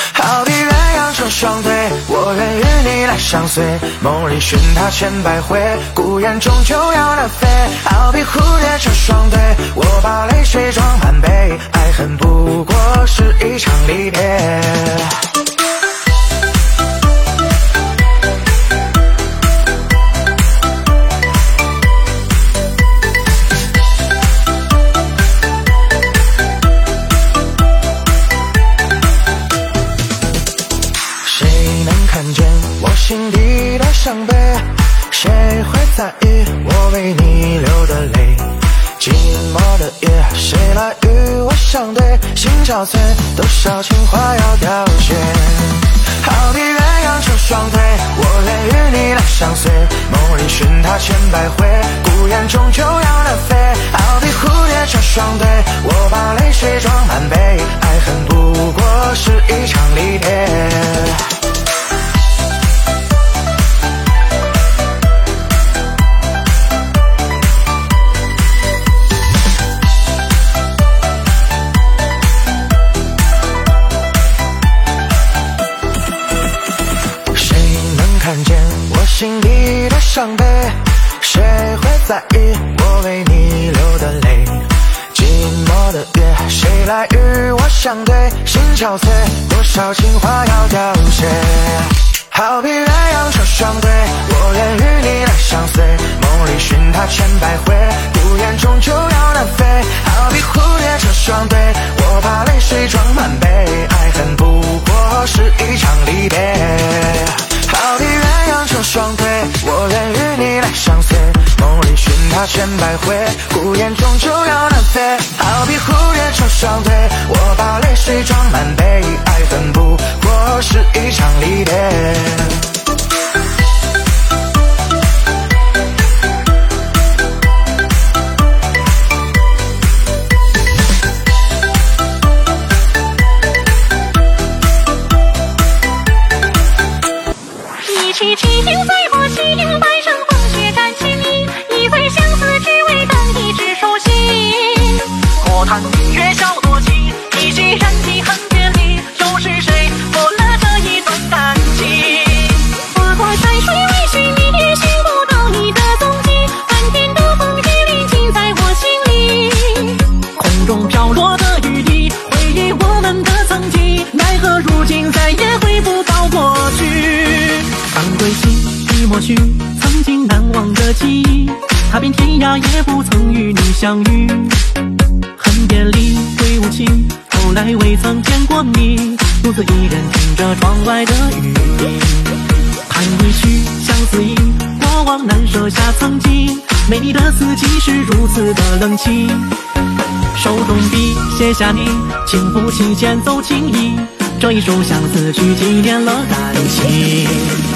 好比鸳鸯成双对，我愿与你来相随，梦里寻他千百回，孤雁终究要南飞。好比蝴蝶成双对，我把泪水装满杯，爱恨不过是一场离别。心底的伤悲，谁会在意我为你流的泪？寂寞的夜，谁来与我相对？心憔悴，多少情话要凋谢。好比鸳鸯成双对，我愿与你来相随，梦里寻他千百回，孤雁终究要南飞。好比蝴蝶成双对，我把泪水装满杯，爱恨不过是一场离别。心底的伤悲，谁会在意我为你流的泪？寂寞的夜，谁来与我相对？心憔悴，多少情话要凋谢。好比鸳鸯成双对，我愿与你来相随，梦里寻他千百回，孤雁终究要南飞。好比蝴蝶成双对，我把泪水装满杯，爱恨不过是一场离别。好比鸳鸯成双对，我愿与你来相随，梦里寻他千百回，孤雁终究要南飞。好比蝴蝶成双对，我把泪水装满杯，爱恨不过是一场离别。 七情在我心，半生风雪战情意，一醉相思只为等一纸书信。 莫谈明月笑多情，一夕人迹恨别离，又是谁负了这一段感情？ 花过山水为虚拟，寻不到你的踪迹，漫天的风雨淋尽在我心里。 空中飘落的雨滴，回忆我们的曾经，奈何如今再也回不到过去。当归心已抹去曾经难忘的记忆，踏遍天涯也不曾与你相遇。恨别离归无情，后来未曾见过你，独自一人听着窗外的雨滴。盼一曲相思意，过往难舍下曾经，美丽的四季是如此的冷清。手中笔写下你，轻抚琴弦奏情意，这一首相思曲纪念了感情。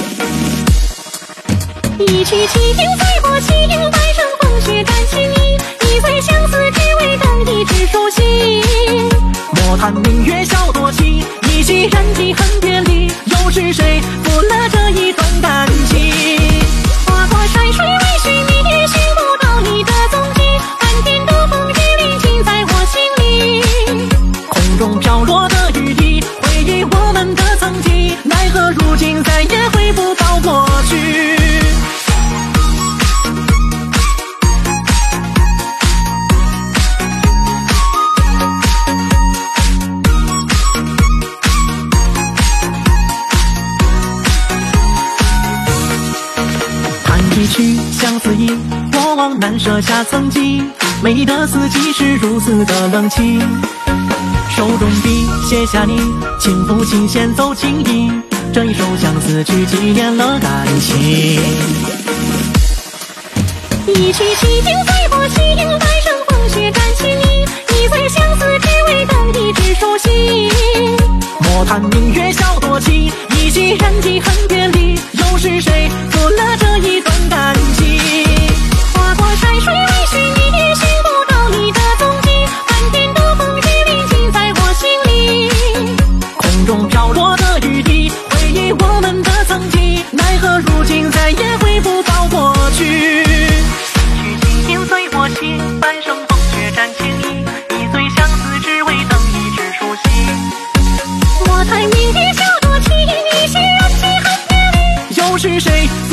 一曲七情在我心，半生风雪战情意，一醉相思只为等一纸书信。 莫谈明月笑多情，一夕人迹恨别离，又是谁负了这一段感情？ 花过山水为虚拟，寻不到你的踪迹，漫天的风雨淋尽在我心里。 空中飘落的雨滴，回忆我们的曾经，奈何如今再也回不到过去。一曲相思意，过往难舍下曾经，美丽的四季是如此的冷清。手中笔写下你，轻抚琴弦奏情意，这一首相思曲纪念了感情。 一曲七情在我心，半生风雪战情意，一醉相思只为等一纸书信。 莫谈明月笑多情，一夕人迹恨别离，又是谁负了这一段感情？ 花过山水为虚拟，寻不到你的踪迹，漫天的风雨淋尽在我心里。 空中飘落的雨滴，回忆我们的曾经，奈何如今再也回不到过去。 曲七情随我心，半生风雪战情意，一醉相思只为等一纸书信。 莫谈明月是谁？